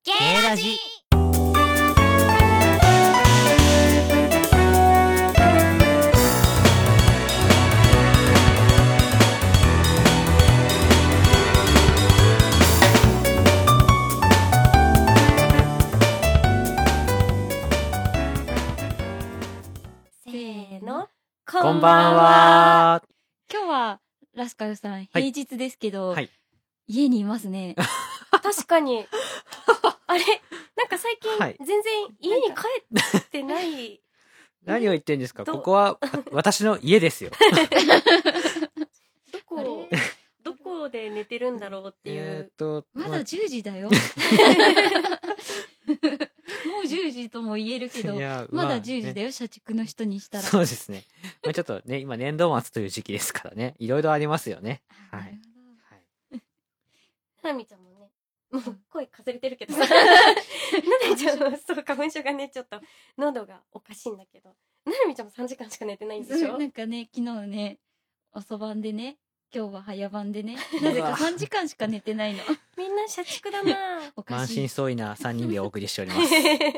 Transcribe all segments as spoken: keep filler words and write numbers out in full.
ケーラジ。 せーの、 こんばんは。 今日はラスカルさん、平日ですけど、 はい、 家にいますね。 確かに。あれなんか最近、はい、全然家に帰ってない。 何を言ってんですか。ここは私の家ですよ。 どこどこで寝てるんだろうっていう。えー、 とまだじゅうじだよ。もうじゅうじとも言えるけど、まだじゅうじだよ、ね、社畜の人にしたら。 そうですね。まあ、ちょっとね、今年度末という時期ですからね、いろいろありますよね。はい。 ななみちゃんもね、もう声かすれてるけどさ。ななみちゃんもそう花粉症がね、ちょっと喉がおかしいんだけど。ななみちゃんもさんじかんしか寝てないんでしょ。 なんかね、昨日ね、遅番でね、今日は早番でね、なぜかさんじかんしか寝てないの。 みんな社畜だな。 おかしい。満身創痍なさんにんでお送りしております。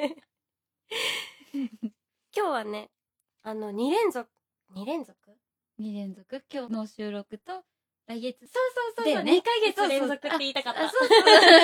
今日はね、あのに連続に連続に連続今日の収録と来月。 そうそうそうそう、ね、にかげつ連続って言いたかった。そう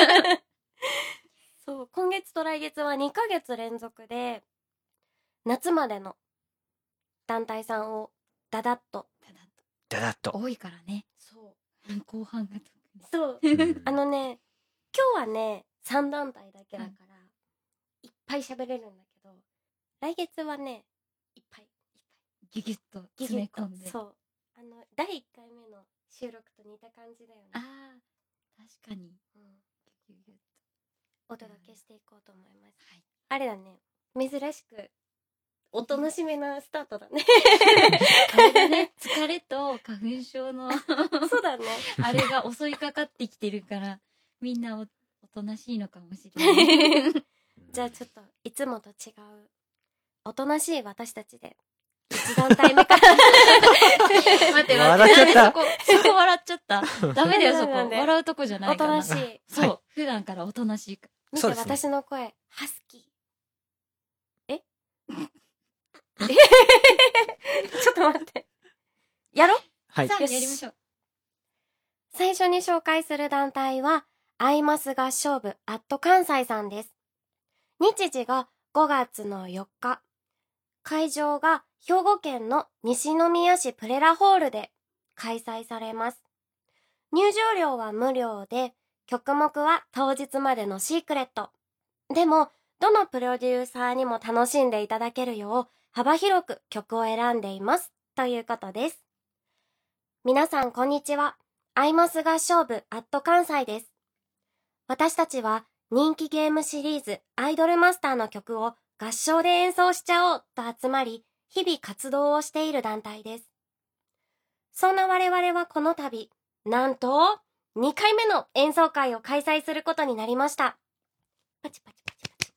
そう、今月と来月はにかげつ連続で夏までの団体さんをダダッとダダッと多いからね。そう後半が特にそうあのね、今日はねさん団体だけだから、はい、いっぱい喋れるんだけど、来月はねいっぱいいっぱいギュギュッと詰め込んで、 そうあのだいいっかいめの収録と似た感じだよね。 あー確かに、うん、 ギュギュギュッとお届けしていこうと思います、はい、あれだね、珍しくおとなしめなスタートだね。 あれだね、疲れと花粉症のそうだね、 あれが襲いかかってきてるからみんな お, おとなしいのかもしれない。 じゃあちょっといつもと違うおとなしい私たちでいち団体目から待って笑っちゃった。 そこそこ笑っちゃった。ダメだよそこ、笑うとこじゃないから。 おとなしい。 そう、はい、普段からおとなしいから。 見て、ね、私の声ハスキー。ええちょっと待って。やろ？ はい。さあやりましょう。 最初に紹介する団体はアイマス合唱部アット関西さんです。日時がごがつのよっか。会場が兵庫県の西宮市プレラホールで開催されます。入場料は無料で、曲目は当日までのシークレット。でも、どのプロデューサーにも楽しんでいただけるよう幅広く曲を選んでいますということです。皆さんこんにちは。アイマス合唱部アット関西です。私たちは人気ゲームシリーズアイドルマスターの曲を合唱で演奏しちゃおうと集まり、日々活動をしている団体です。そんな我々はこの度、なんとにかいめの演奏会を開催することになりました。パチパチパチパチ。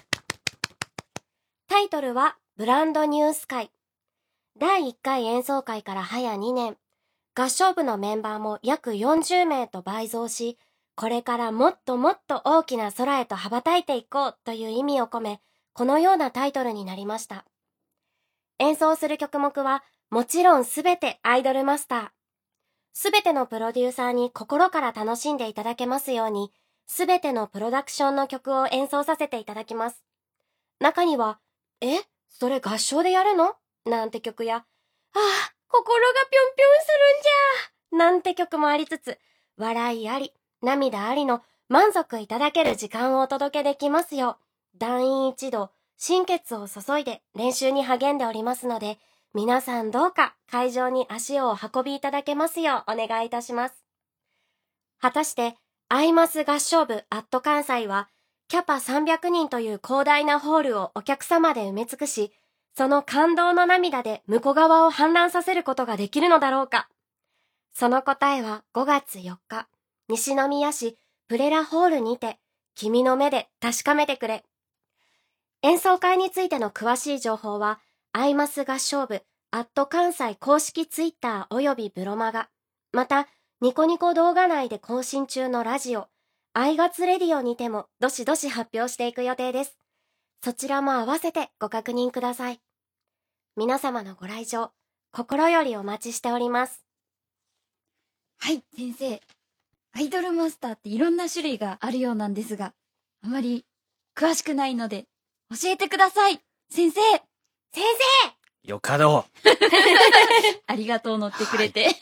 タイトルはブランドニュースカイ。だいいっかい演奏会から早にねん、合唱部のメンバーも約よんじゅうめいと倍増し、これからもっともっと大きな空へと羽ばたいていこうという意味を込め、このようなタイトルになりました。演奏する曲目はもちろんすべてアイドルマスター。すべてのプロデューサーに心から楽しんでいただけますように、すべてのプロダクションの曲を演奏させていただきます。中には、え、それ合唱でやるの？なんて曲や、ああ、心がぴょんぴょんするんじゃなんて曲もありつつ、笑いあり、涙ありの満足いただける時間をお届けできますよう、団員一同、心血を注いで練習に励んでおりますので、皆さんどうか会場に足をお運びいただけますようお願いいたします。果たして、アイマス合唱部アット関西は、キャパさんびゃくにんという広大なホールをお客様で埋め尽くし、その感動の涙で向こう側を氾濫させることができるのだろうか。その答えはごがつよっか、西宮市プレラホールにて、君の目で確かめてくれ。演奏会についての詳しい情報は、アイマス合唱部アット関西公式ツイッターおよびブロマガ、またニコニコ動画内で更新中のラジオ、 アイガツレディオにてもどしどし発表していく予定です。そちらも合わせてご確認ください。皆様のご来場、心よりお待ちしております。 はい、先生。アイドルマスターっていろんな種類があるようなんですが、あまり詳しくないので、教えてください。先生。 先よかろう。 ありがとう乗ってくれて。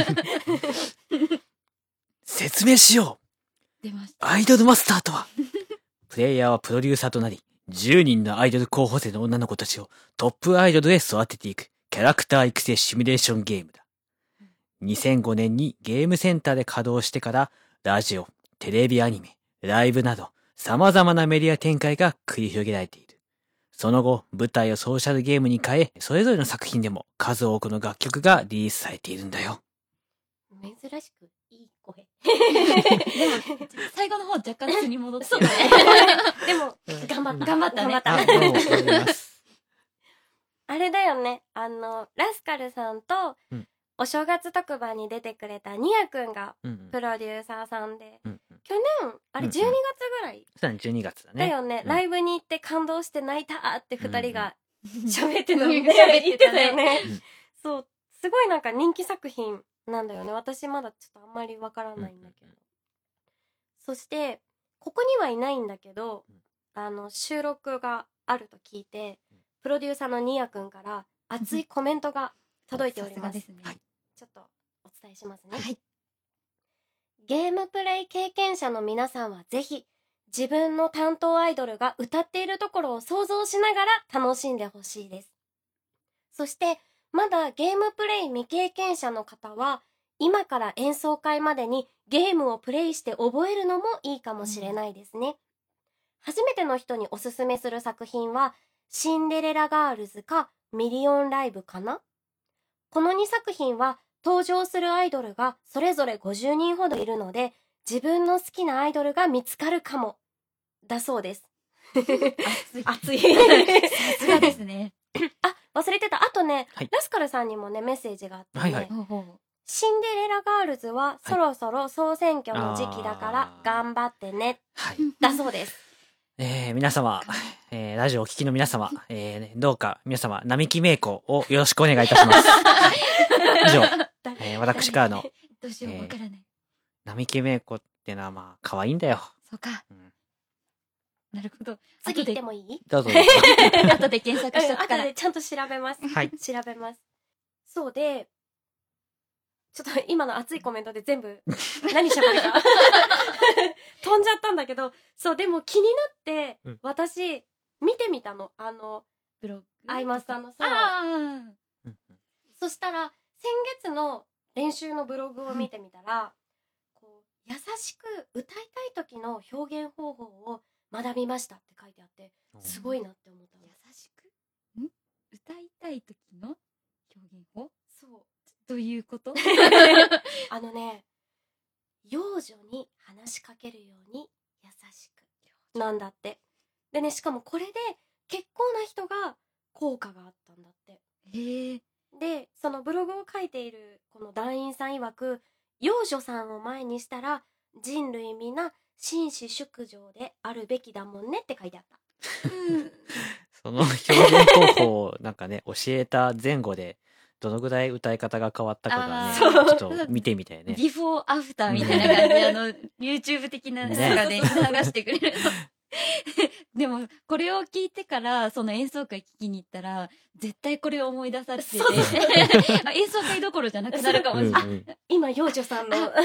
説明しよう。 出ました。 アイドルマスターとは、プレイヤーはプロデューサーとなり、じゅうにんのアイドル候補生の女の子たちをトップアイドルへ育てていくキャラクター育成シミュレーションゲームだ。にせんごねんにゲームセンターで稼働してから、ラジオ、テレビアニメ、ライブなど、様々なメディア展開が繰り広げられている。その後、舞台をソーシャルゲームに変え、それぞれの作品でも数多くの楽曲がリリースされているんだよ。 生。珍しくいい声。 でも、最後の方若干素に戻ってそうるだね。 ね。でも、頑張った。 頑張ったね頑張ったあ、どうも、ありがとうございます。 あれだよね。あの、ラスカルさんとうん、 お正月特番に出てくれたニヤくんがうんうん。 プロデューサーさんで、 うんうん。 去年、あれうんうんじゅうにがつぐらいそうだね、じゅうにがつだね。 だよね。 うんライブに行って感動して泣いたって二人が喋喋ってたのね。 喋って言ってたね。 たよねうん。 そう。すごいなんか人気作品なんだよね。私まだちょっとあんまりわからないんだけど。そして、ここにはいないんだけど、あの、収録があると聞いて、プロデューサーのニヤくんから熱いコメントが届いております。 さすがですね。 はいちょっとお伝えしますね。 はい。 ゲームプレイ経験者の皆さんはぜひ、自分の担当アイドルが歌っているところを想像しながら楽しんでほしいです。そして、まだゲームプレイ未経験者の方は、今から演奏会までにゲームをプレイして覚えるのもいいかもしれないですね。初めての人におすすめする作品は、シンデレラガールズかミリオンライブかな。このにさく品は登場するアイドルがそれぞれごじゅうにんほどいるので、自分の好きなアイドルが見つかるかも。だそうです。 熱い。 熱い。 さすがですね。 あ、忘れてた。あとね、 はいラスカルさんにもね、メッセージがあってね。 はいはいほうほう。 シンデレラガールズはそろそろ総選挙の時期だからあー頑張ってね。 はい。 だそうです。 えー、皆様、えー、ラジオをお聞きの皆様、えー、どうか皆様、並木芽子をよろしくお願いいたします。以上、えー、私からの、 どうしよう、わからない。 並木芽子ってのはまあ、可愛いんだよ。 そうか。 うん、 なるほど。 次行って後で、 もいい？ どうぞどうぞ。 後で検索しとくから後で。ちゃんと調べます。 はい。 調べます。そうで、ちょっと今の熱いコメントで全部何しゃべるか飛んじゃったんだけど、そう、でも気になって、 うん私見てみたの。あの、 ブログ。 アイマスさんのさ、 あうんうんそしたら先月の練習のブログを見てみたら、こう優しく歌いたい時の表現方法を学びましたって書いてあって、すごいなって思ったの。 優しくん歌いたい時の表現法そう。 どういうことあのね、幼女に話しかけるように優しくなんだって。でね、しかもこれで結構な人が効果があったんだって。 へえ。 で、そのブログを書いているこの団員さん曰く、幼女さんを前にしたら人類皆紳士淑女であるべきだもんねって書いてあった。 うんその表現方法をなんかね、教えた前後で、どのぐらい歌い方が変わったかがね、 あーちょっと見てみたいね。 ビフォーアフターみたいな感じで、あの、YouTube 的なやつがね、流してくれる。でも、これを聞いてから、その演奏会聞きに行ったら、絶対これを思い出されてて、 そうそうあ演奏会どころじゃなくなるかもしれない。 うんうん今、幼女さんの。 優し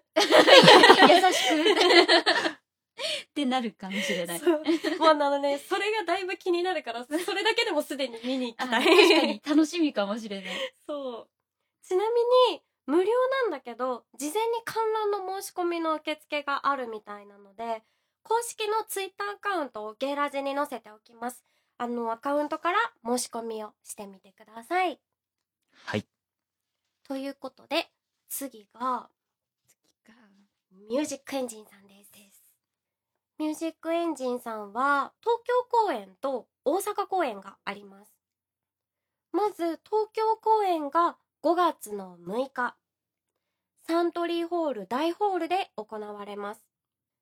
くってなるかもしれない。 そうもうあのね、それがだいぶ気になるから、それだけでもすでに見に行あきたい。 確かに楽しみかもしれない。 そう。ちなみに、無料なんだけど、事前に観覧の申し込みの受付があるみたいなので、公式のツイッターアカウントをゲイラジに載せておきます。あの、アカウントから申し込みをしてみてください。 はい。 ということで、次が、 次かミュージックエンジンさんです。ミュージックエンジンさんは、東京公演と大阪公演があります。まず、東京公演がごがつのむいか、サントリーホール大ホールで行われます。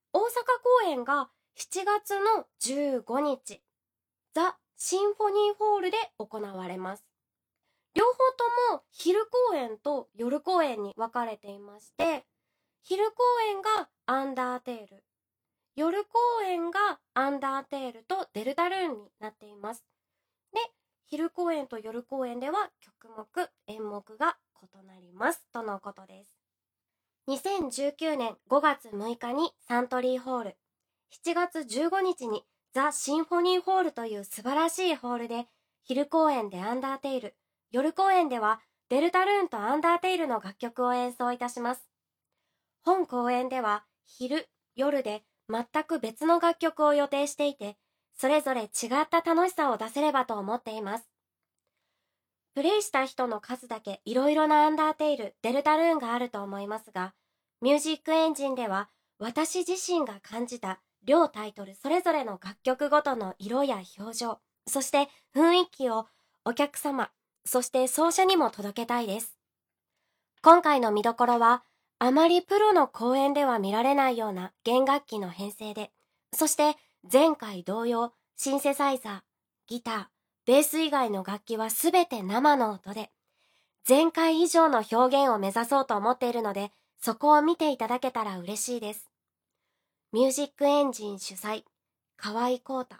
大阪公演がしちがつのじゅうごにち、ザ・シンフォニーホールで行われます。両方とも昼公演と夜公演に分かれていまして、昼公演がアンダーテール、夜公演がアンダーテールとデルタルーンになっています。で、昼公演と夜公演では曲目、演目が異なりますとのことです。にせんじゅうきゅうねんごがつむいかにサントリーホール、しちがつじゅうごにちにザ・シンフォニーホールという素晴らしいホールで、昼公演でアンダーテイル、夜公演ではデルタルーンとアンダーテイルの楽曲を演奏いたします。本公演では昼、夜で全く別の楽曲を予定していて、それぞれ違った楽しさを出せればと思っています。プレイした人の数だけいろいろなアンダーテイル、デルタルーンがあると思いますが、ミュージックエンジンでは私自身が感じた両タイトルそれぞれの楽曲ごとの色や表情、そして雰囲気をお客様、そして奏者にも届けたいです。今回の見どころは、あまりプロの公演では見られないような弦楽器の編成で、そして前回同様、シンセサイザー、ギター、ベース以外の楽器はすべて生の音で、前回以上の表現を目指そうと思っているので、そこを見ていただけたら嬉しいです。ミュージックエンジン主催、河合光太。 はい。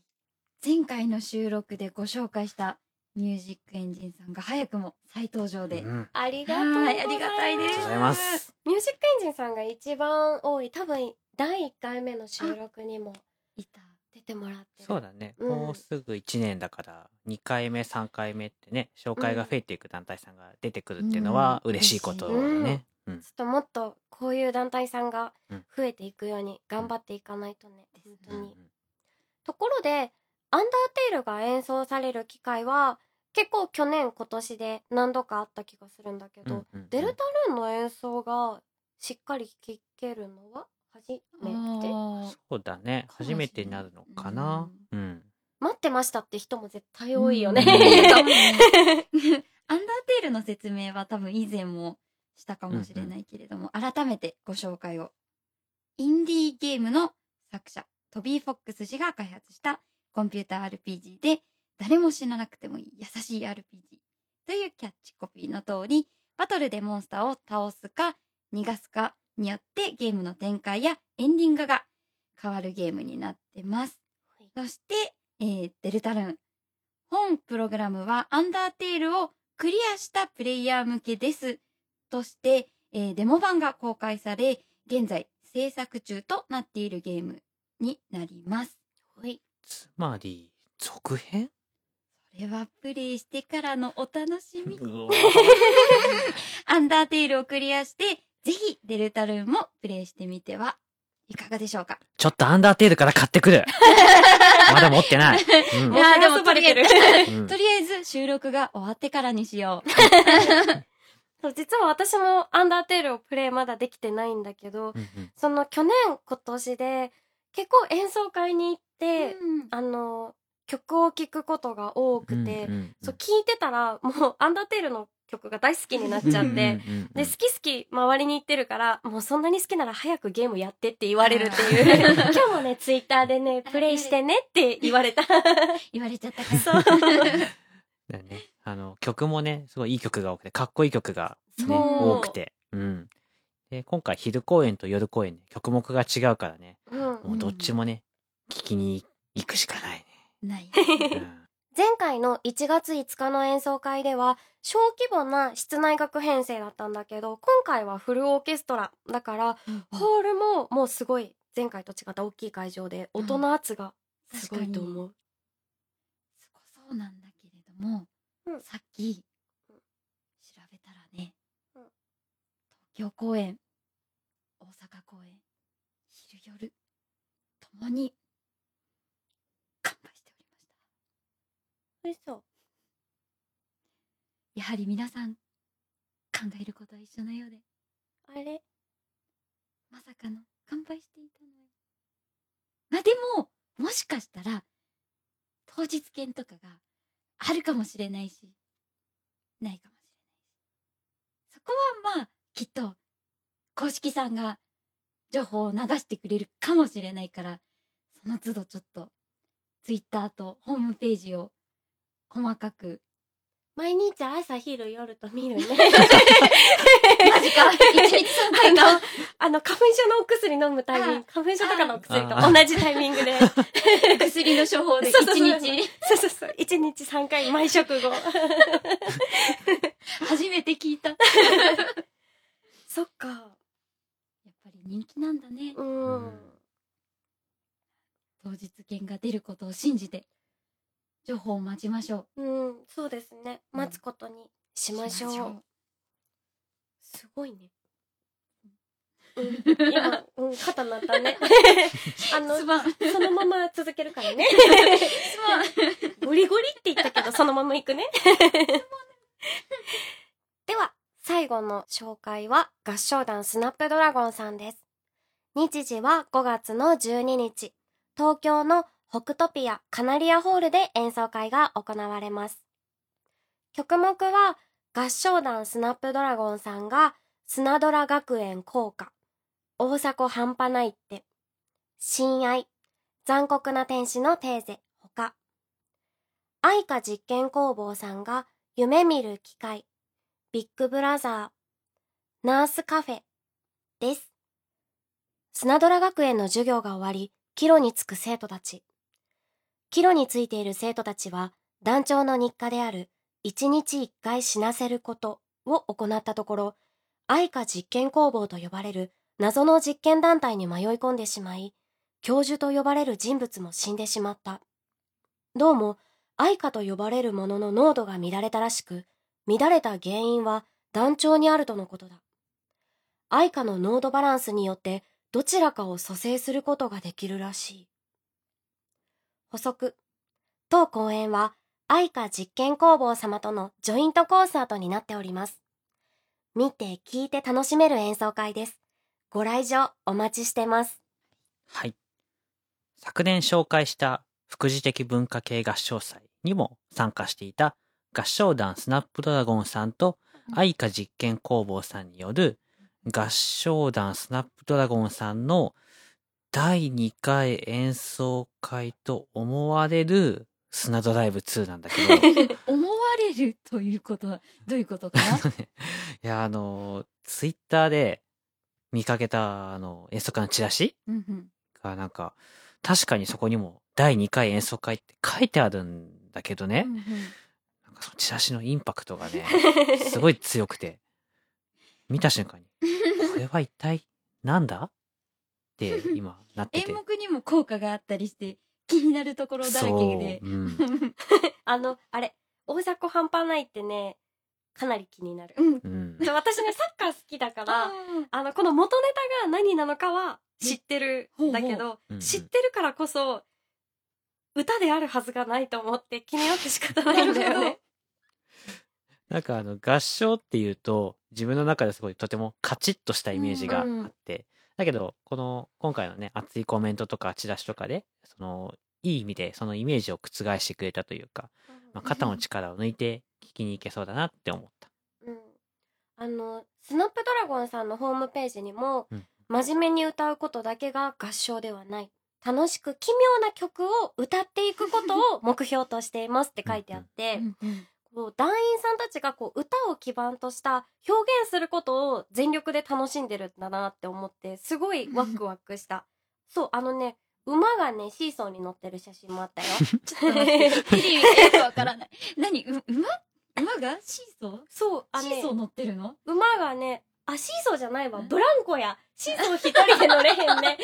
前回の収録でご紹介したミュージックエンジンさんが早くも再登場で、 うん、 ありがとうございます。 はい、ありがたいです。 ありがとうございます。 ミュージックエンジンさんが一番多い、多分だいいっかいめの収録にもいた。 出てもらってる。 そうだね、 うんもうすぐいちねんだからにかいめさんかいめってね、紹介が増えていく団体さんが出てくるっていうのは嬉しいことだね。うん、 ちょっともっとこういう団体さんがうん増えていくように頑張っていかないとね、 うん本当に。 うんところで、アンダーテイルが演奏される機会は結構去年今年で何度かあった気がするんだけど、 うんうんうんデルタルーンの演奏がしっかり聴けるのは初めて。 あそうだね、 かもしれない初めてになるのかな。うん、うん待ってましたって人も絶対ー多いよね。 うん多分ねアンダーテイルの説明は多分以前もしたかもしれないけれども、改めてご紹介を。インディーゲームの作者、トビー・フォックス氏が開発したコンピューター アールピージー で、誰も死ななくてもいい優しい アールピージー というキャッチコピーの通り、バトルでモンスターを倒すか逃がすかによってゲームの展開やエンディングが変わるゲームになってます。そして、えー、デルタルーン。本プログラムはアンダーテイルをクリアしたプレイヤー向けですとして、えー、デモ版が公開され、現在制作中となっているゲームになります。 はい。 つまり続編？ それはプレイしてからのお楽しみ。 うおアンダーテイルをクリアして、ぜひデルタルーンもプレイしてみてはいかがでしょうか。 ちょっとアンダーテールから買ってくる。まだ持ってない。うんいやーでもとりあえず、 うんとりあえず収録が終わってからにしよう。 そう実は私もアンダーテールをプレイまだできてないんだけど、 うんうんその去年今年で結構演奏会に行って、 うんあの曲を聴くことが多くて、 うんうんうんそう聞いてたらもうアンダーテールの曲が大好きになっちゃって、 うんうんうんうんで好き好き周りに言ってるからもうそんなに好きなら早くゲームやってって言われるっていう今日もねツイッターでねプレイしてねって言われた言われちゃったから。 そうだよね。あの曲もねすごいいい曲が多くてかっこいい曲が、ね、 そう多くて、うん、で今回昼公演と夜公演で曲目が違うからね、 うんもうどっちもね聴きに行くしかないない。 ね。うん前回のいちがついつかの演奏会では小規模な室内楽編成だったんだけど、今回はフルオーケストラだからホールももうすごい前回と違った大きい会場で音の圧がすごいと思う。 すごそうなんだけれども、 うんさっきうん調べたらね、 うん東京公演、大阪公演、昼夜ともに完売しておりました。 嘘。 やはり皆さん考えることは一緒のようで、 あれまさかの完売していたのよ。まあでももしかしたら当日券とかがあるかもしれないし、ないかもしれないし、そこはまあきっと公式さんが情報を流してくれるかもしれないから、その都度ちょっとツイッターとホームページを細かく。 毎日朝昼夜と見るね。 マジか。一日さんかいか。 あの、花粉症のお薬飲むタイミング、花粉症とかのお薬とあ同じタイミングで。 薬の処方で一そうそうそう日。 そうそうそう。一日さんかい、毎食後。 初めて聞いた。やっそっか。 ぱり人気なんだね。 う。 うんん当日券が出ることを信じて、情報を待ちましょうん、そうですね。 うん待つことにしう。 ましょう。 しますごいね。うん、今、うん、肩なったね。あの、 すまん。 そのまま続けるからね。 すまん。 ゴリゴリって言ったけど、そのまま行くね。では、最後の紹介は、合唱団スナップドラゴンさんです。日時はごがつのじゅうににち、東京の北トピアカナリアホールで演奏会が行われます。曲目は、合唱団スナップドラゴンさんが、スナドラ学園校歌、大迫半端ないって、親愛、残酷な天使のテーゼ、ほか。愛花実験工房さんが、夢見る機会、ビッグブラザー、ナースカフェ、です。スナドラ学園の授業が終わり、帰路に着く生徒たち。帰路についている生徒たちは、団長の日課である、一日一回死なせることを行ったところ、愛花実験工房と呼ばれる謎の実験団体に迷い込んでしまい、教授と呼ばれる人物も死んでしまった。どうも、愛花と呼ばれるものの濃度が乱れたらしく、乱れた原因は団長にあるとのことだ。愛花の濃度バランスによってどちらかを蘇生することができるらしい。補足。当公演は愛花実験工房様とのジョイントコンサートになっております。見て聞いて楽しめる演奏会です。ご来場お待ちしてます。 はい。昨年紹介した副次的文化系合唱祭にも参加していた合唱団スナップドラゴンさんと愛花実験工房さんによる合唱団スナップドラゴンさんのだいにかい演奏会と思われるスナドライブツーなんだけど思われるということはどういうことかな。 いや、あの、ツイッターで見かけたあの演奏会のチラシうんうん。 がなんか、確かにそこにもだいにかい演奏会って書いてあるんだけどね、 うんうんなんかそのチラシのインパクトがね、すごい強くて、見た瞬間に、これは一体なんだって今なってて。 演目にも効果があったりして気になるところだらけでそう、うん。 あの、あれ、大迫半端ないってね、かなり気になる。 うん。 うん。 で私ね、サッカー好きだから、 ああの、この元ネタが何なのかは知ってるんだけほうど、 うんうん知ってるからこそ、歌であるはずがないと思って気になって仕方ないんだよね。 なんかあの合唱っていうと自分の中ですごいとてもカチッとしたイメージがあって、だけどこの今回のね熱いコメントとかチラシとかでそのいい意味でそのイメージを覆してくれたというか、まあ、肩の力を抜いて聞きに行けそうだなって思った。 うん。あの、スナップドラゴンさんのホームページにも、 うん真面目に歌うことだけが合唱ではない。楽しく奇妙な曲を歌っていくことを目標としていますって書いてあって、 うんうんこう団員さんたちがこう歌を基盤とした表現することを全力で楽しんでるんだなって思ってすごいワクワクしたそうあのね馬がねシーソーに乗ってる写真もあったよちょっと待ってピリよくわからない。何う馬馬がシーソーそうあねシーソー乗ってるの。 馬がねあシーソーじゃないわブランコやシーソー一人で乗れへんね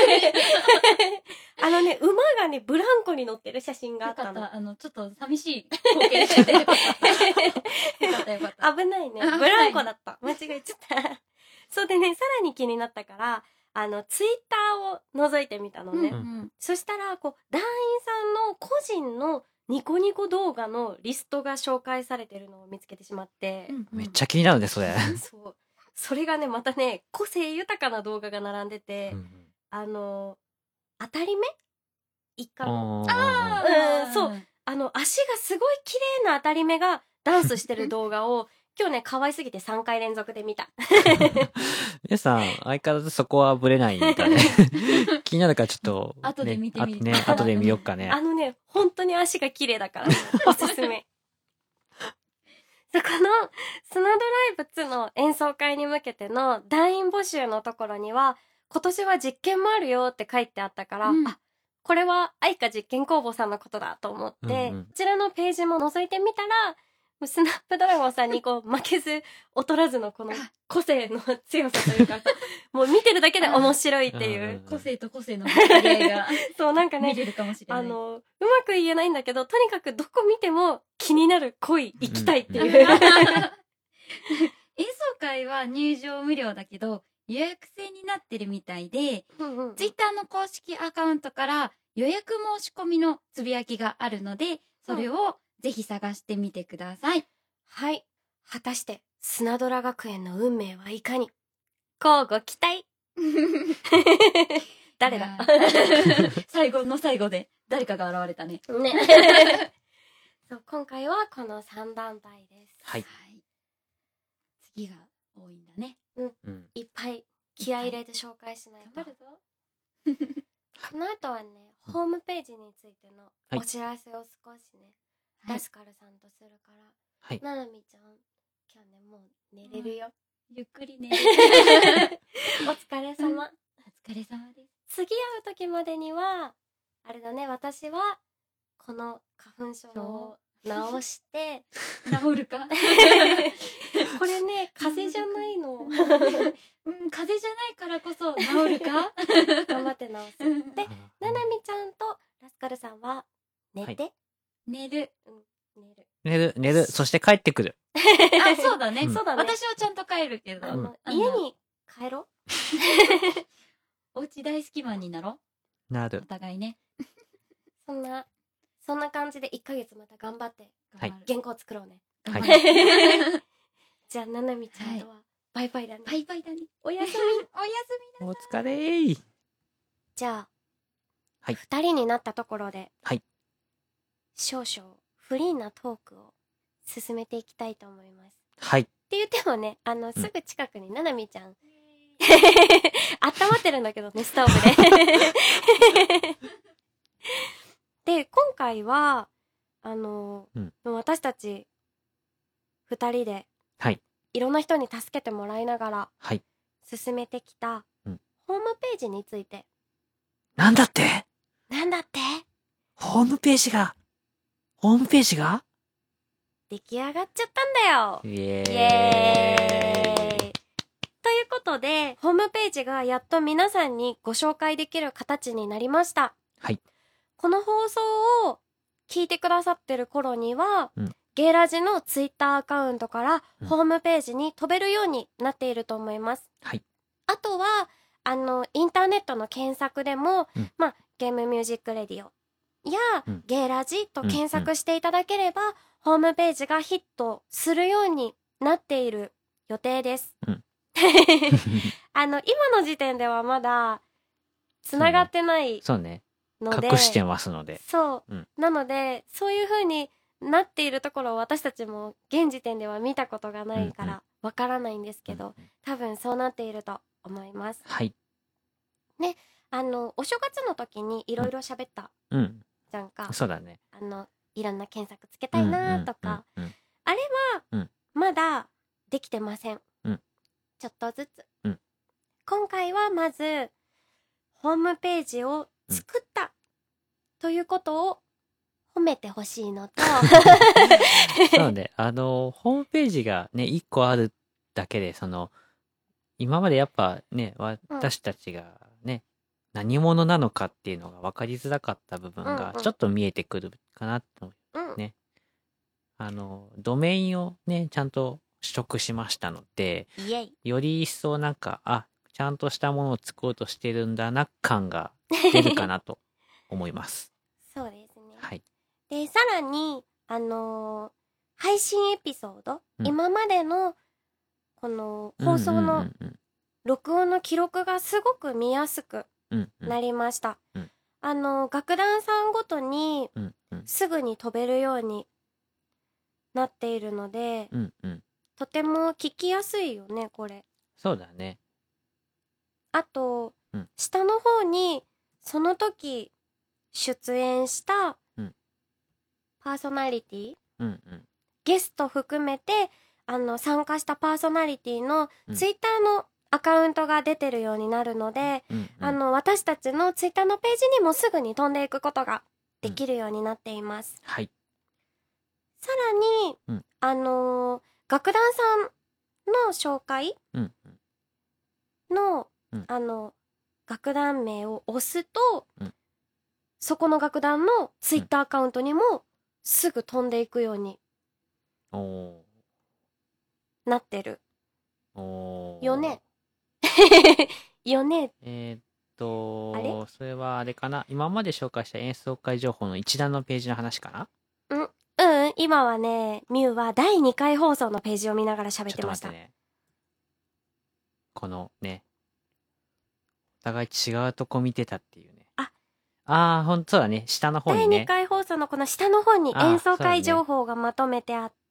あのね馬がねブランコに乗ってる写真があよかったのったあのちょっと寂しい光景しててよかったよかった。 危ないね。 あブランコだった。間違えちゃった。そうでね、さらに気になったから、あの、ツイッターを覗いてみたのね。 うんうんそしたら、こう、団員さんの個人のニコニコ動画のリストが紹介されてるのを見つけてしまって、 うんうんめっちゃ気になるねそれ。 そう。それがね、またね、個性豊かな動画が並んでて、 うんあの、当たり目一家の。 あうんそうあの、足がすごい綺麗な当たり目がダンスしてる動画を今日ね、可愛すぎてさんかい連続で見た。 皆さん、相変わらずそこはブレないんだね。気になるからちょっと、ね、 後で見てみるあね、後で見よっかね。 あのね、本当に足が綺麗だから、おすすめ。そこの、スナドライブツの演奏会に向けての団員募集のところには、今年は実験もあるよって書いてあったから、 うんあ、これは愛花実験工房さんのことだと思って、 うんうんこちらのページも覗いてみたら、スナップドラゴンさんにこう負けず劣らずのこの個性の強さというか、もう見てるだけで面白いっていうんうんう。 個性と個性のぶつかり合いがそう、なんかね、 見れるかもしれない。 あの、うまく言えないんだけど、とにかくどこ見ても気になる、濃い、行きたいっていう。 演奏会は入場無料だけど予約制になってるみたいで、 うんうんツイッターの公式アカウントから予約申し込みのつぶやきがあるので、それをぜひ探してみてください。 はい。果たして、スナドラ学園の運命はいかに。乞うご期待。誰だいやー最後の最後で誰かが現れたね。 ね。そう、今回はこのさんだんたいです。 はい。 はい次が多いんだね。 うん。 いっぱい気合い入れて紹介しないと。 頑張るぞ。 この後はね、ホームページについてのはいお知らせを少しね、 はいラスカルさんとするから。 はい。 ななみちゃん、今日ね、もう寝れるよ。 ゆっくりね。 お疲れ様。 お疲れ様です。 次会う時までには、あれだね、私は、この花粉症を治して、 治るかこれね、風邪じゃないの。 うん、風邪じゃないからこそ治るか頑張って治す。 うんで、ななみちゃんとラスカルさんは、寝て、 寝る。 寝る。 寝る、寝る、そして帰ってくる。 あ、そうだね。 うんそうだね。 私はちゃんと帰るけど。 あの、 うん家に帰ろお家大好きマンになろおなる。 互いね。 そんな、そんな感じでいっかげつまた頑張って、 はい頑張る原稿作ろうね。 はい頑張るじゃあ、ななみちゃんとは、バイバイだね。 バイバイだね。 おやすみ。 おやすお疲れー。 じゃあ、 はい二人になったところで、 はい少々フリーなトークを進めていきたいと思います。 はい。 って言ってもね、あの、 んすぐ近くにななみちゃん、温まってるんだけどね、ストーブで。で、今回は、あの、 うん私たち二人で、 はい。 いろんな人に助けてもらいながらはい。 進めてきた、 うんホームページについて。 なんだって？ なんだってホームページが、ホームページが出来上がっちゃったんだよ。 イエーイ。 イエーイということで、ホームページがやっと皆さんにご紹介できる形になりました。 はい。 この放送を聞いてくださってる頃には、 うんゲイラジのツイッターアカウントからうんホームページに飛べるようになっていると思います。 はい。 あとは、あの、インターネットの検索でも、 うんまあ、ゲームミュージックレディオや、 うんゲイラジと検索していただければ、ホームページがヒットするようになっている予定です。 うんあの、今の時点ではまだ、繋がってないそうね。 ので、 隠してますので。 そう。 うんなので、そういう風になっているところを私たちも現時点では見たことがないかうんうら、わからないんですけど、 うん多分そうなっていると思います。 はい。 あの、お正月の時にいろいろ喋ったうん。 じゃんか。 そうだね。 あの、いろんな検索つけたいなとか、 うんうんうんあれはうん、 まだできてません。 うんちょっとずつ。 うん今回はまず、ホームページを作った、ということを褒めてほしいのと、 そうね。あの、ホームページがね、一個あるだけで、その、今までやっぱね、私たちがね、何者なのかっていうのが分かりづらかった部分うんがうんちょっと見えてくるかなと。 うんねあの、ドメインをね、ちゃんと取得しましたので、 イエイ。 より一層なんか、あ、ちゃんとしたものを作ろうとしてるんだな感が出るかなと思います。 そうですね。 はい。 で、さらに、あのー配信エピソード、 うん今までの、この放送うのんうん録音の記録がすごく見やすくうんうんうんなりました。 うんあのー楽団さんごとにうんうんすぐに飛べるようになっているので、 うんうんとても聞きやすいよねこれ。 そうだね。 あと、 うん、 下の方にその時出演したパーソナリティ、 うんうん、 ゲスト含めてあの参加したパーソナリティのうん、 ツイッターのアカウントが出てるようになるので、 うんうん、 あの私たちのツイッターのページにもすぐに飛んでいくことができるようになっています。 うん、はい。 さらに、 うん、 あのー、楽団さんの紹介うんうん、の、 うん、 あの楽団名を押すと、 うん、 そこの楽団のツイッターアカウントにもすぐ飛んでいくようになってるおーよね。よね。 えー、っとあれそれはあれかな、今まで紹介した演奏会情報の一覧のページの話かな。 うんうん今はねミュウはだいにかい放送のページを見ながら喋ってました。 ちょっと待ってね、このねお互い違うとこ見てたっていうね。 ああーほんとだね、下の方にねだいにかい放送のこの下の方に演奏会情報がまとめてあって、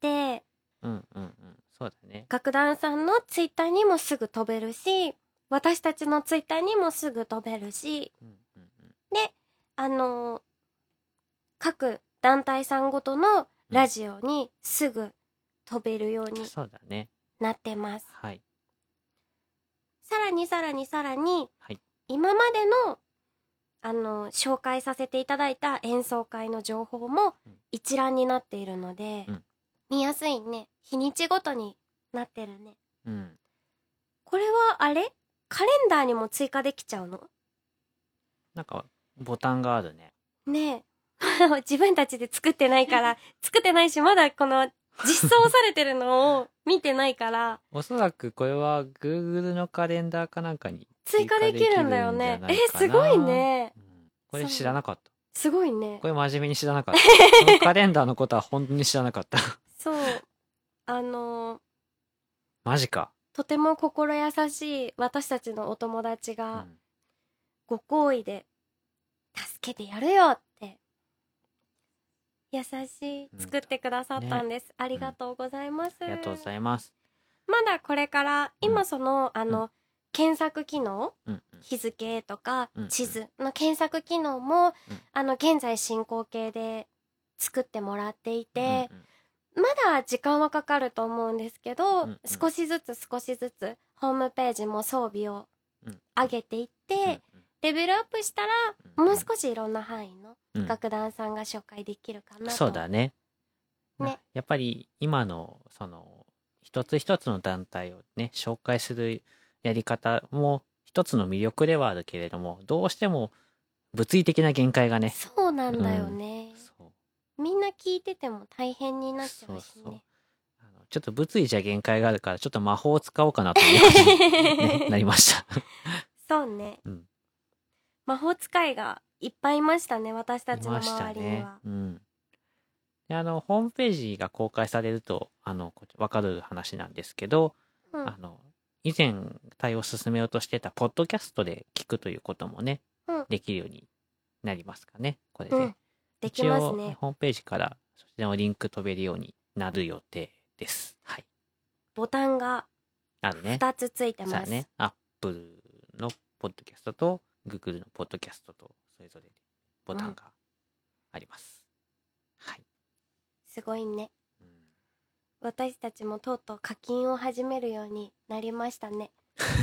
うんうんうん、そうだね。 楽団さんのツイッターにもすぐ飛べるし、私たちのツイッターにもすぐ飛べるし、 うんうんうん、 で、あのー、各団体さんごとのラジオにすぐ飛べるようにそうだね。 なってます。 はい。 さらにさらにさらに、 はい、 今までのあの紹介させていただいた演奏会の情報も一覧になっているので、 うん、 見やすいね。日にちごとになってるね。 うん。 これはあれカレンダーにも追加できちゃうの？ なんかボタンがあるね。 ねえ自分たちで作ってないから作ってないし、まだこの実装されてるのを見てないからおそらくこれは Google のカレンダーかなんかに追加できるんだよね。えすごいね、 うん、これ知らなかった。 すごいね。 これ真面目に知らなかったこのカレンダーのことは本当に知らなかったそうあのー、 マジか。 とても心優しい私たちのお友達がご好意で助けてやるよって優しい作ってくださったんです、ね、ありがとうございます、 うん、ありがとうございます。 まだこれから今その、うん、あの、うん、検索機能、 うんうん、 日付とかうんうん、 地図の検索機能も、うん、あの現在進行形で作ってもらっていて、うんうん、まだ時間はかかると思うんですけど、うんうん、少しずつ少しずつホームページも装備を上げていって、うんうん、レベルアップしたら、うんうん、もう少しいろんな範囲の楽団さんが紹介できるかなと、うん、 そうだね。 ね、 やっぱり今のその一つ一つの団体をね紹介するやり方も一つの魅力ではあるけれども、どうしても物理的な限界がね。 そうなんだよね、うん、そうみんな聞いてても大変になっちゃうしね。そうそう、 あのちょっと物理じゃ限界があるからちょっと魔法を使おうかなという感じに、ね、なりましたそうね、うん、魔法使いがいっぱいいましたね、私たちの周りには。ね、 うん、であのホームページが公開されるとあの分かる話なんですけど、うん、あの以前対応を進めようとしてたポッドキャストで聞くということもね、うん、できるようになりますかね、これで、うん、 できますね。 一応ホームページからそちらのリンク飛べるようになる予定です。はい。 ボタンがあるね。 ふたつついてます。 さあね、Apple のポッドキャストと Google のポッドキャストとそれぞれボタンがあります。うん、はい。 すごいね。うん、私たちもとうとう課金を始めるようになりましたね。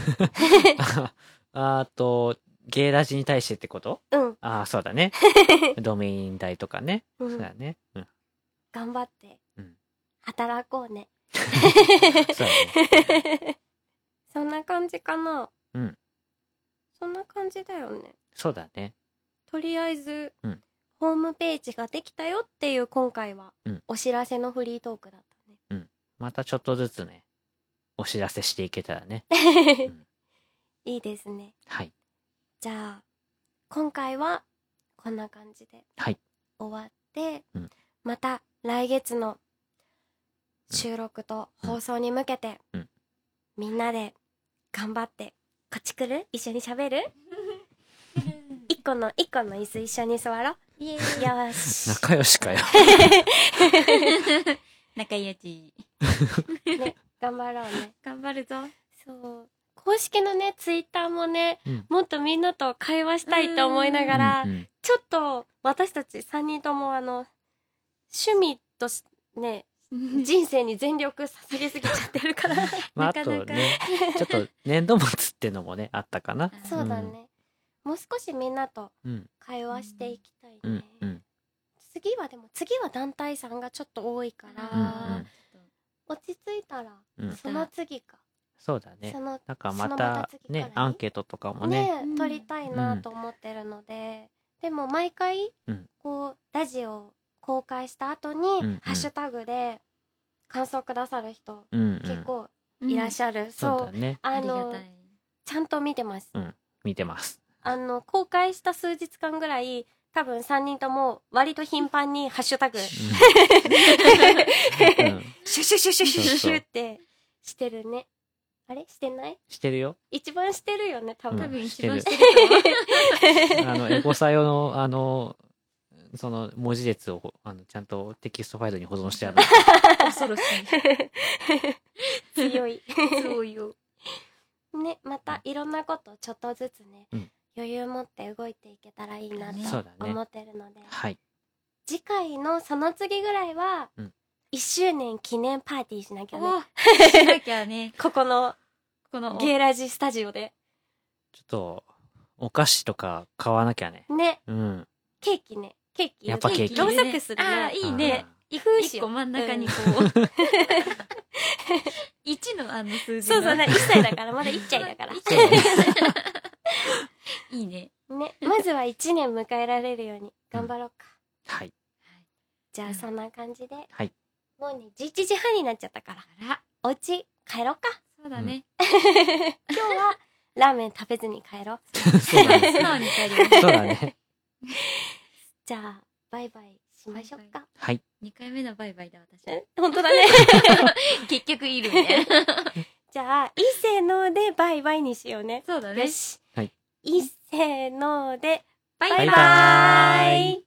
あとゲイラジに対してってこと？ うん。 ああ、そうだね。ドメイン代とかね。うん、そうだね。うん。 頑張って。うん。働こうね。 そうだね。 そんな感じかな。 うん。 そんな感じだよね。 そうだね。 とりあえず、 うん、 ホームページができたよっていう今回は、うん、お知らせのフリートークだったね。 うん。またちょっとずつね、お知らせしていけたらね。うん、 いいですね。 はい。 じゃあ今回はこんな感じで終わって、 うん、 また来月の収録と放送に向けて、 うん、 みんなで頑張ってこっち来る？一緒に喋る？一個の一個の椅子一緒に座ろう。イエーイよし。 仲良しかよ。 仲良し。 ね、 頑張ろうね。 頑張るぞ。 そう。公式のね、ツイッターもね、 うんもっとみんなと会話したいと思いながら、 うんうんちょっと私たちさんにんともあの、趣味としね、人生に全力捧げすぎちゃってるから。 まあ、あなかなかとね、ちょっと年度末ってのもね、あったかな。 そうだね。もう少しみんなとうん。 会話していきたいね。 うん。うん。 次はでも、次は団体さんがちょっと多いから、 うんうん落ち着いたら、 うんその次か。 そうだねそ。のなんかまそのまたた次くらいね、アンケートとかもね。 ねうん撮りたいなと思ってるので、でも毎回、 うんこうラジオ公開した後に、 んうんハッシュタグで感想くださる人、 うんうん。 結構いらっしゃる、そうそうだね。 ああのりがたい。 ちゃんと見てます、 うん。見てます。 あの公開した数日間ぐらい多分さんにんとも割と頻繁にハッシュタグシうんうん。 ュシュシュシュシュシュシュそうそうってしてるね。あれしてない？ してるよ。 一番してるよね多分、 多分してる一番してるかあの、エゴサ用の、あの、その文字列を、あの、ちゃんとテキストファイルに保存してある。 も。恐ろしい。 強いそうよ。 ね、またいろんなことをちょっとずつね、 うん余裕持って動いていけたらいいなそうだねと思ってるので、 はい。 次回のその次ぐらいは、 うんいっしゅうねん記念パーティーしなきゃね。 おしなきゃね。 ここのこの、 ゲーラジスタジオで。 ちょっと、お菓子とか買わなきゃね。 ね、 うん。 ケーキね。ケーキ。 やっぱケーキローソクスでね。 あーいいね。一風刺一個真ん中にこう。一のあの数字の。 そうそうね、いっさいだから、まだいっちゃいだから。 いっちゃいいいね。 ね、まずはいちねん迎えられるように頑張ろうか。 はい。 じゃあそんな感じで。 はい。 もうね、じゅういちじはんになっちゃったから。 あら、 お家帰ろうか。 そうだね。 今日はラーメン食べずに帰ろう。 そうだね。 素直に帰ります。 そうだね。 じゃあ、バイバイしましょうか。 はい。 二回目のバイバイだ、私。 え本当だね。 結局いるみたいな。 じゃあ、いっせーのーでバイバイにしようね。 そうだね。 よし。 はい。 いっせーのーで、 バイバイババイバーイ。